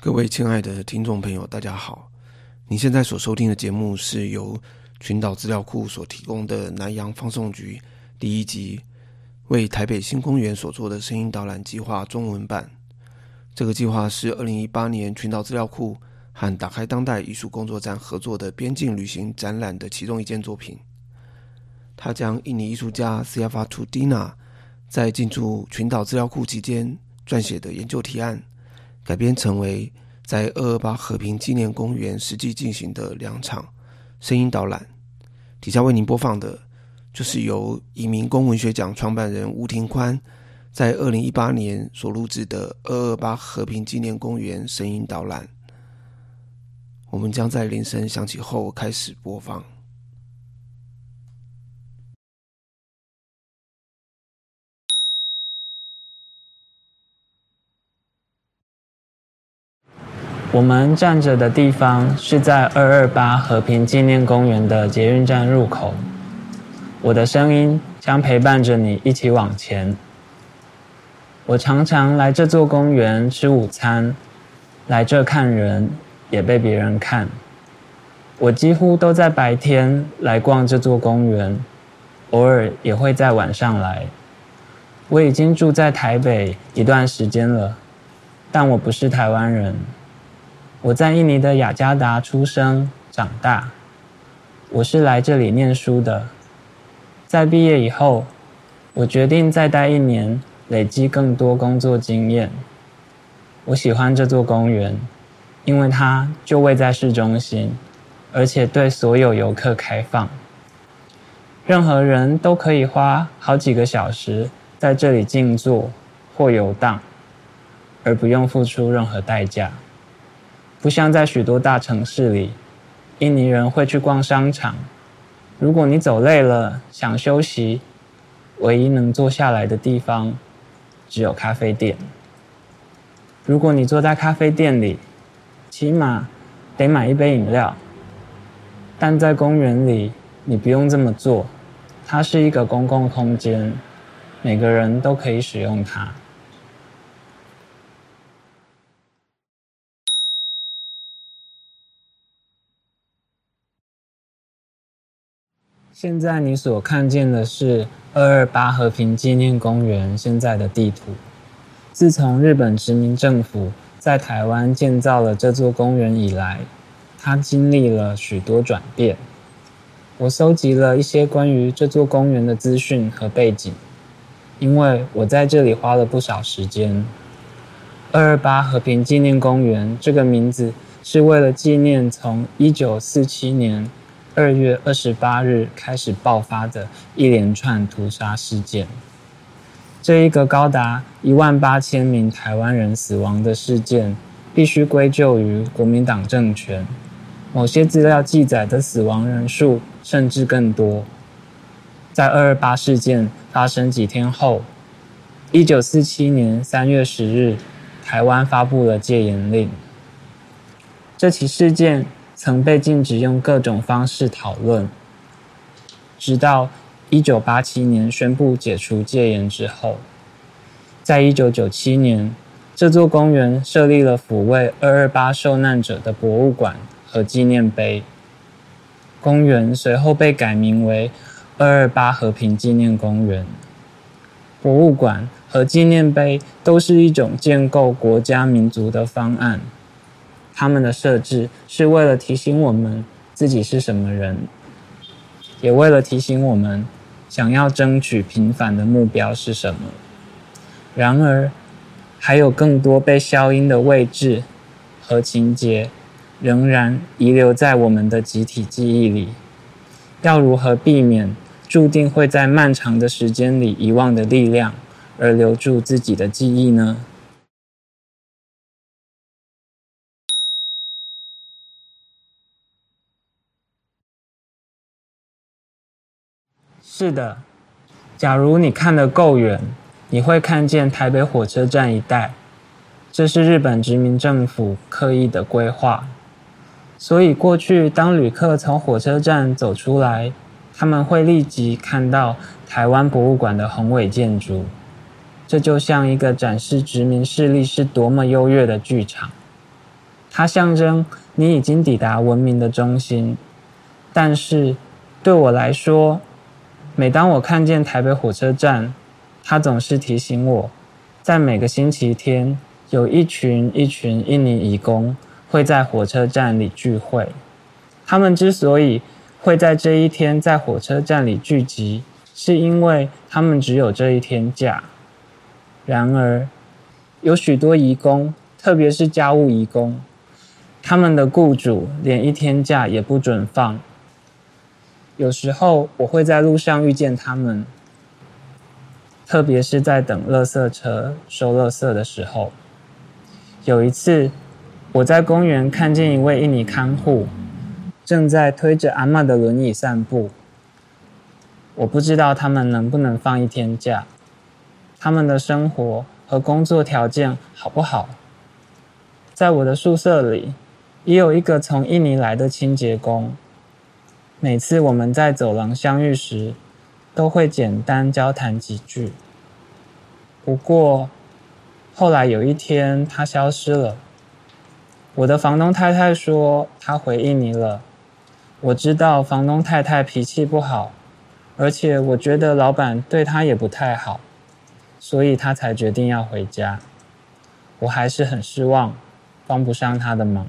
各位亲爱的听众朋友，大家好。你现在所收听的节目是由群岛资料库所提供的南洋放送局第1集为台北新公园所做的声音导览计划中文版。这个计划是2018年群岛资料库和打开当代艺术工作站合作的边境旅行展览的其中一件作品。他将印尼艺术家 Siafa Tudina 在进驻群岛资料库期间撰写的研究提案改编成为在228和平纪念公园实际进行的2场声音导览。底下为您播放的就是由移民公文学奖创办人吴庭宽在2018年所录制的228和平纪念公园声音导览。我们将在铃声响起后开始播放。 我们站着的地方是在228和平纪念公园的捷运站入口。我的声音将陪伴着你一起往前。我常常来这座公园吃午餐，来这看人，也被别人看。我几乎都在白天来逛这座公园，偶尔也会在晚上来。我已经住在台北一段时间了，但我不是台湾人。我在印尼的雅加达出生长大，我是来这里念书的。在毕业以后，我决定再待1年，累积更多工作经验。我喜欢这座公园，因为它就位在市中心，而且对所有游客开放。任何人都可以花好几个小时在这里静坐或游荡，而不用付出任何代价。不像在许多大城市里，印尼人会去逛商场。如果你走累了，想休息，唯一能坐下来的地方只有咖啡店。如果你坐在咖啡店里，起码得买一杯饮料。但在公园里，你不用这么做，它是一个公共空间，每个人都可以使用它。现在你所看见的是228和平纪念公园现在的地图。自从日本殖民政府在台湾建造了这座公园以来，它经历了许多转变。我搜集了一些关于这座公园的资讯和背景，因为我在这里花了不少时间。228和平纪念公园这个名字是为了纪念从1947年2月28日开始爆发的一连串屠杀事件。这一个高达18000名台湾人死亡的事件，必须归咎于国民党政权。某些资料记载的死亡人数甚至更多。在228事件发生几天后，1947年3月10日，台湾发布了戒严令。这起事件曾被禁止用各种方式讨论，直到1987年宣布解除戒严之后。在1997年，这座公园设立了抚慰228受难者的博物馆和纪念碑。公园随后被改名为228和平纪念公园。博物馆和纪念碑都是一种建构国家民族的方案。他们的设置是为了提醒我们自己是什么人，也为了提醒我们想要争取平反的目标是什么。然而，还有更多被消音的位置和情节仍然遗留在我们的集体记忆里。要如何避免注定会在漫长的时间里遗忘的力量，而留住自己的记忆呢？是的，假如你看得够远，你会看见台北火车站一带。这是日本殖民政府刻意的规划。所以过去当旅客从火车站走出来，他们会立即看到台湾博物馆的宏伟建筑。这就像一个展示殖民势力是多么优越的剧场。 它象征你已经抵达文明的中心。但是对我来说，每当我看见台北火车站，它总是提醒我，在每个星期天，有一群印尼移工会在火车站里聚会。他们之所以会在这一天在火车站里聚集，是因为他们只有这一天假。然而，有许多移工，特别是家务移工，他们的雇主连一天假也不准放。有时候我会在路上遇见他们，特别是在等垃圾车收垃圾的时候。有一次，我在公园看见一位印尼看护正在推着阿嬷的轮椅散步。我不知道他们能不能放一天假，他们的生活和工作条件好不好？在我的宿舍里，也有一个从印尼来的清洁工。每次我们在走廊相遇时，都会简单交谈几句。不过，后来有一天他消失了。我的房东太太说他回印尼了。我知道房东太太脾气不好，而且我觉得老板对他也不太好，所以他才决定要回家。我还是很失望，帮不上他的忙。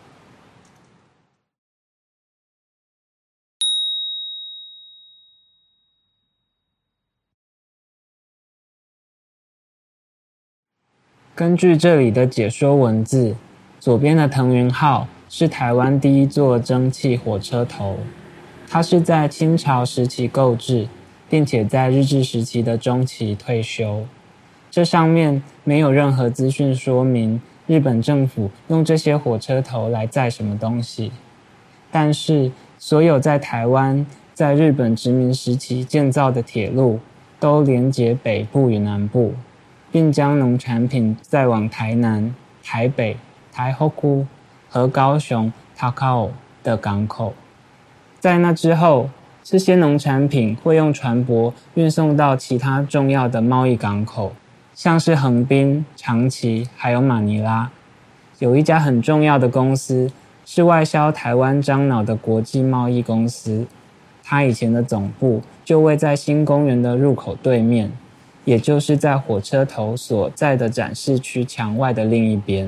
根据这里的解说文字，左边的腾云号是台湾第一座蒸汽火车头，它是在清朝时期购置，并且在日治时期的中期退休。这上面没有任何资讯说明日本政府用这些火车头来载什么东西，但是所有在台湾在日本殖民时期建造的铁路都连接北部与南部，并将农产品载往台南、台北、台北和高雄 Takao 的港口。在那之后，这些农产品会用船舶运送到其他重要的贸易港口，像是横滨、长崎还有马尼拉。有一家很重要的公司是外销台湾樟脑的国际贸易公司，它以前的总部就位在新公园的入口对面，也就是在火车头所在的展示区墙外的另一边。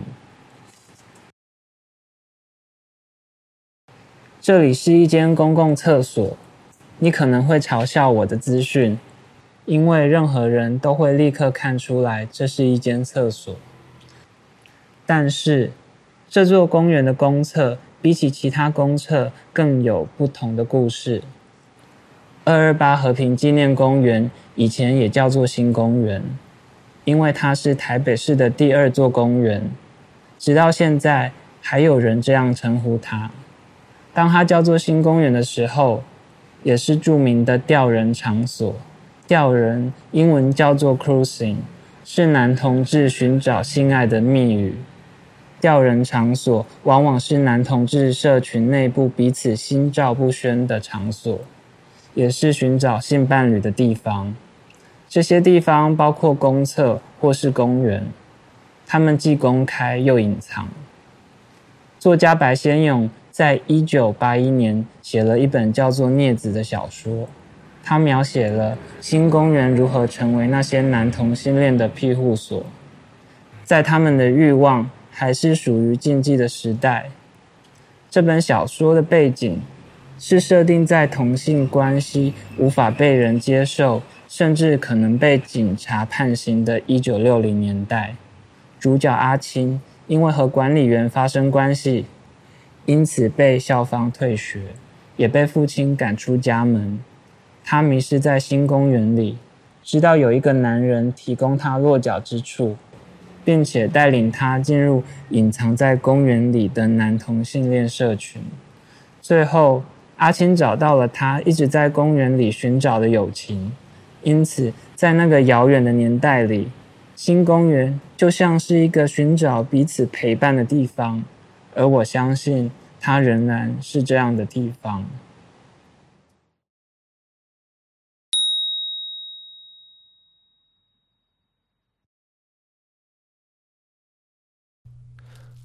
这里是一间公共厕所，你可能会嘲笑我的资讯，因为任何人都会立刻看出来这是一间厕所。但是，这座公园的公厕比起其他公厕更有不同的故事。228和平纪念公园以前也叫做新公园，因为它是台北市的第2座公园，直到现在还有人这样称呼它。当它叫做新公园的时候，也是著名的钓人场所。钓人英文叫做 cruising， 是男同志寻找性爱的密语。钓人场所往往是男同志社群内部彼此心照不宣的场所，也是寻找性伴侣的地方。这些地方包括公厕或是公园，它们既公开又隐藏。作家白先勇在1981年写了一本叫做《镊子》的小说，他描写了新公园如何成为那些男同性恋的庇护所，在他们的欲望还是属于禁忌的时代。这本小说的背景是设定在同性关系无法被人接受，甚至可能被警察判刑的1960年代。主角阿青因为和管理员发生关系，因此被校方退学，也被父亲赶出家门。他迷失在新公园里，直到有一个男人提供他落脚之处，并且带领他进入隐藏在公园里的男同性恋社群。最后，阿青找到了他一直在公园里寻找的友情，因此在那个遥远的年代里，新公园就像是一个寻找彼此陪伴的地方，而我相信它仍然是这样的地方。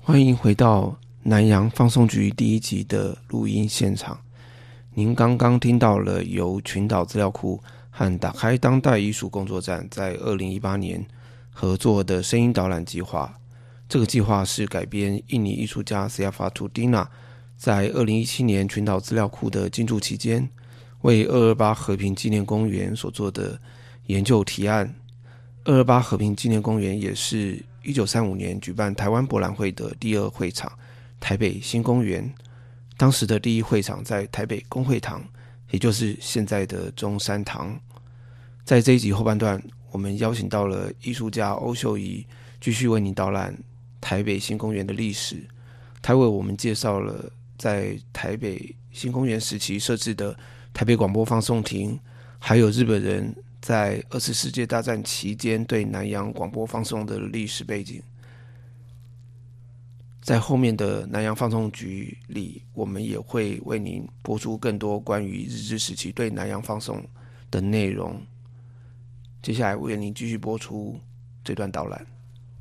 欢迎回到南洋放送局第1集的录音现场。您刚刚听到了由群岛资料库和打开当代艺术工作站在2018年合作的声音导览计划。这个计划是改编印尼艺术家 Syafuddina 在2017年群岛资料库的进驻期间为228和平纪念公园所做的研究提案。228和平纪念公园也是1935年举办台湾博览会的第2会场台北新公园。当时的第1会场在台北公会堂，也就是现在的中山堂。在这一集后半段，我们邀请到了艺术家欧秀仪继续为您导览台北新公园的历史。他为我们介绍了在台北新公园时期设置的台北广播放送亭，还有日本人在2次世界大战期间对南洋广播放送的历史背景。在后面的南洋放送局里，我们也会为您播出更多关于日治时期对南洋放送的内容。接下来为您继续播出这段导览。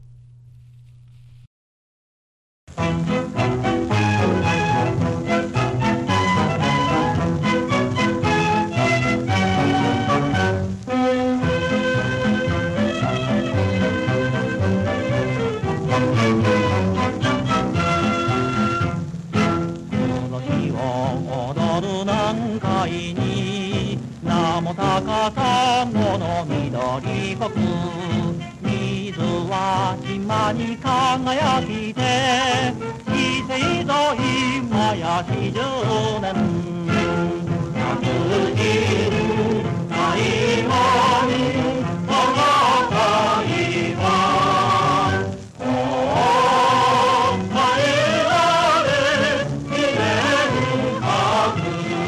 高さもの緑国水は島に輝きて季節と今や40年夏日台湾我が台湾帰られ記念閣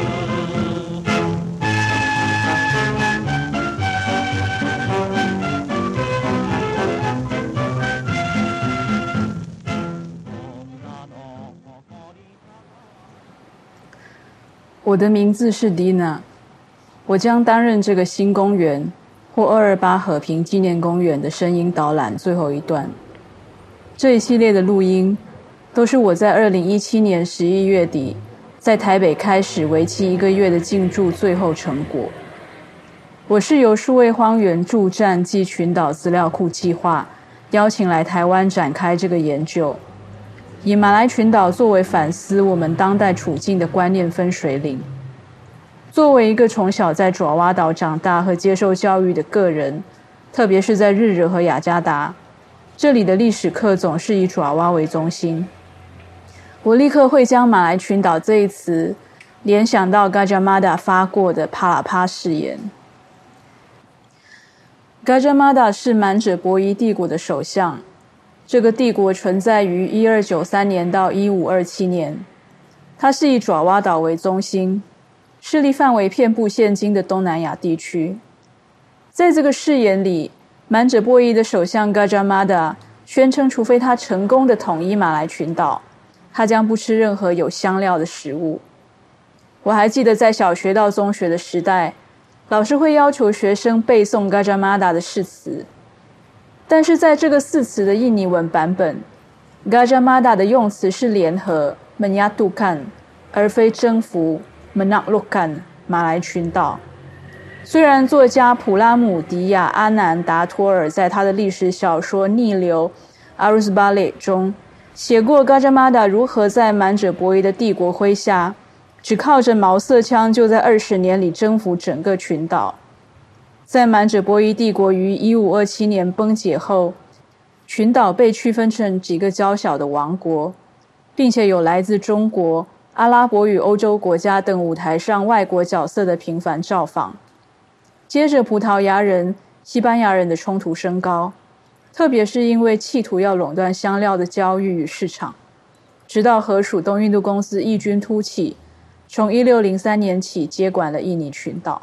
我的名字是 Dina， 我将担任这个新公园或228和平纪念公园的声音导览最后一段。这一系列的录音都是我在2017年11月底在台北开始为期1个月的进驻最后成果。我是由数位荒原驻站暨群岛资料库计划邀请来台湾展开这个研究，以马来群岛作为反思我们当代处境的观念分水岭。作为一个从小在爪哇岛长大和接受教育的个人，特别是在日惹和雅加达，这里的历史课总是以爪哇为中心。我立刻会将马来群岛这一词联想到 Gajah Mada 发过的帕拉帕誓言。Gajah Mada 是满者伯夷帝国的首相，这个帝国存在于1293年到1527年，它是以爪哇岛为中心，势力范围遍布现今的东南亚地区。在这个誓言里，满者伯夷的首相 Gajah Mada 宣称，除非他成功的统一马来群岛，他将不吃任何有香料的食物。我还记得在小学到中学的时代，老师会要求学生背诵 Gajah Mada 的誓词，但是在这个誓词的印尼文版本， Gajah Mada 的用词是联合 menyatukan 而非征服 menaklukkan 马来群岛。虽然作家普拉姆迪亚阿南达托尔在他的历史小说《逆流》Arus Balik 中写过 Gajah Mada 如何在满者伯夷的帝国麾下，只靠着毛瑟枪就在20年里征服整个群岛。在满者伯夷帝国于1527年崩解后，群岛被区分成几个较小的王国，并且有来自中国、阿拉伯与欧洲国家等舞台上外国角色的频繁造访。接着葡萄牙人、西班牙人的冲突升高，特别是因为企图要垄断香料的交易与市场，直到荷属东印度公司异军突起，从1603年起接管了印尼群岛。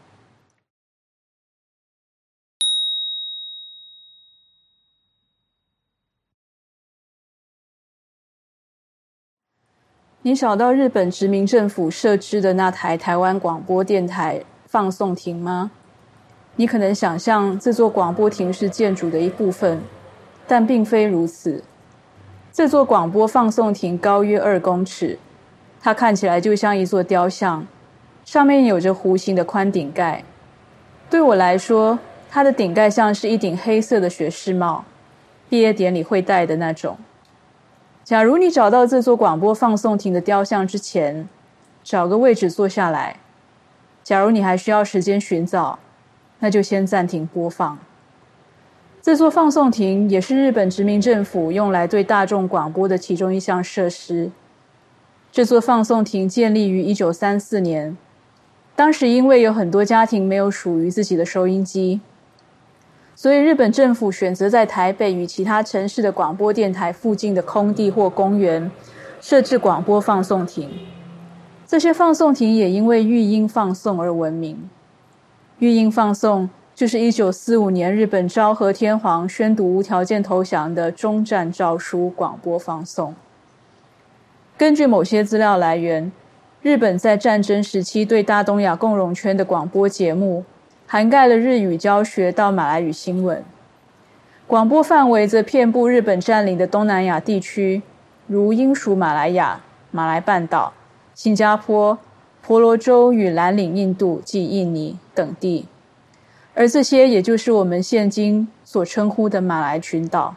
你找到日本殖民政府设置的那台台湾广播电台放送亭吗？你可能想象这座广播亭是建筑的一部分，但并非如此。 这座广播放送亭高约2公尺，它看起来就像一座雕像，上面有着弧形的宽顶盖。对我来说，它的顶盖像是一顶黑色的学士帽，毕业典礼会戴的那种。假如你找到这座广播放送亭的雕像之前，找个位置坐下来。假如你还需要时间寻找，那就先暂停播放。这座放送亭也是日本殖民政府用来对大众广播的其中一项设施。这座放送亭建立于1934年，当时因为有很多家庭没有属于自己的收音机，所以日本政府选择在台北与其他城市的广播电台附近的空地或公园设置广播放送亭。这些放送亭也因为育婴放送而闻名。育婴放送就是1945年日本昭和天皇宣读无条件投降的终战诏书广播放送。根据某些资料来源，日本在战争时期对大东亚共荣圈的广播节目涵盖了日语教学到马来语新闻，广播范围则遍布日本占领的东南亚地区，如英属马来亚、马来半岛、新加坡、婆罗洲与蓝领印度及印尼等地，而这些也就是我们现今所称呼的马来群岛。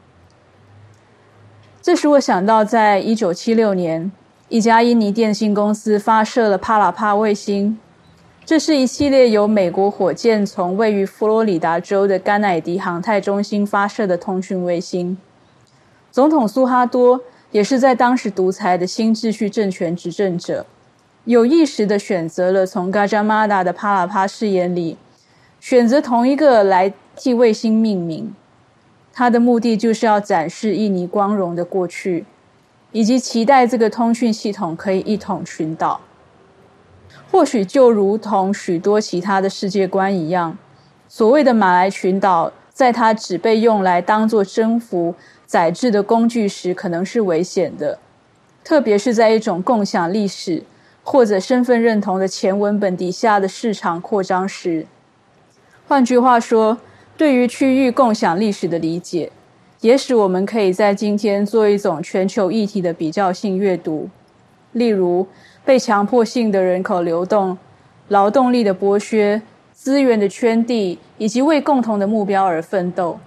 这使我想到在1976年，一家印尼电信公司发射了帕拉帕卫星。这是一系列由美国火箭从位于佛罗里达州的甘乃迪航太中心发射的通讯卫星。总统苏哈多也是在当时独裁的新秩序政权执政者，有意识地选择了从嘎加马达的帕拉帕誓言里选择同一个来替卫星命名。他的目的就是要展示印尼光荣的过去，以及期待这个通讯系统可以一统群岛。或许就如同许多其他的世界观一样，所谓的马来群岛在它只被用来当作征服、宰制的工具时可能是危险的，特别是在一种共享历史或者身份认同的前文本底下的市场扩张时。换句话说，对于区域共享历史的理解，也使我们可以在今天做一种全球议题的比较性阅读，例如被强迫性的人口流动、劳动力的剥削、资源的圈地，以及为共同的目标而奋斗。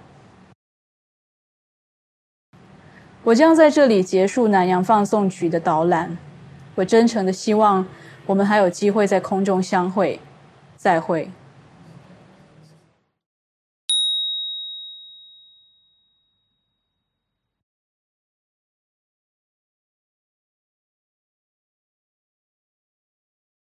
我将在这里结束南洋放送局的导览。我真诚的希望我们还有机会在空中相会。再会。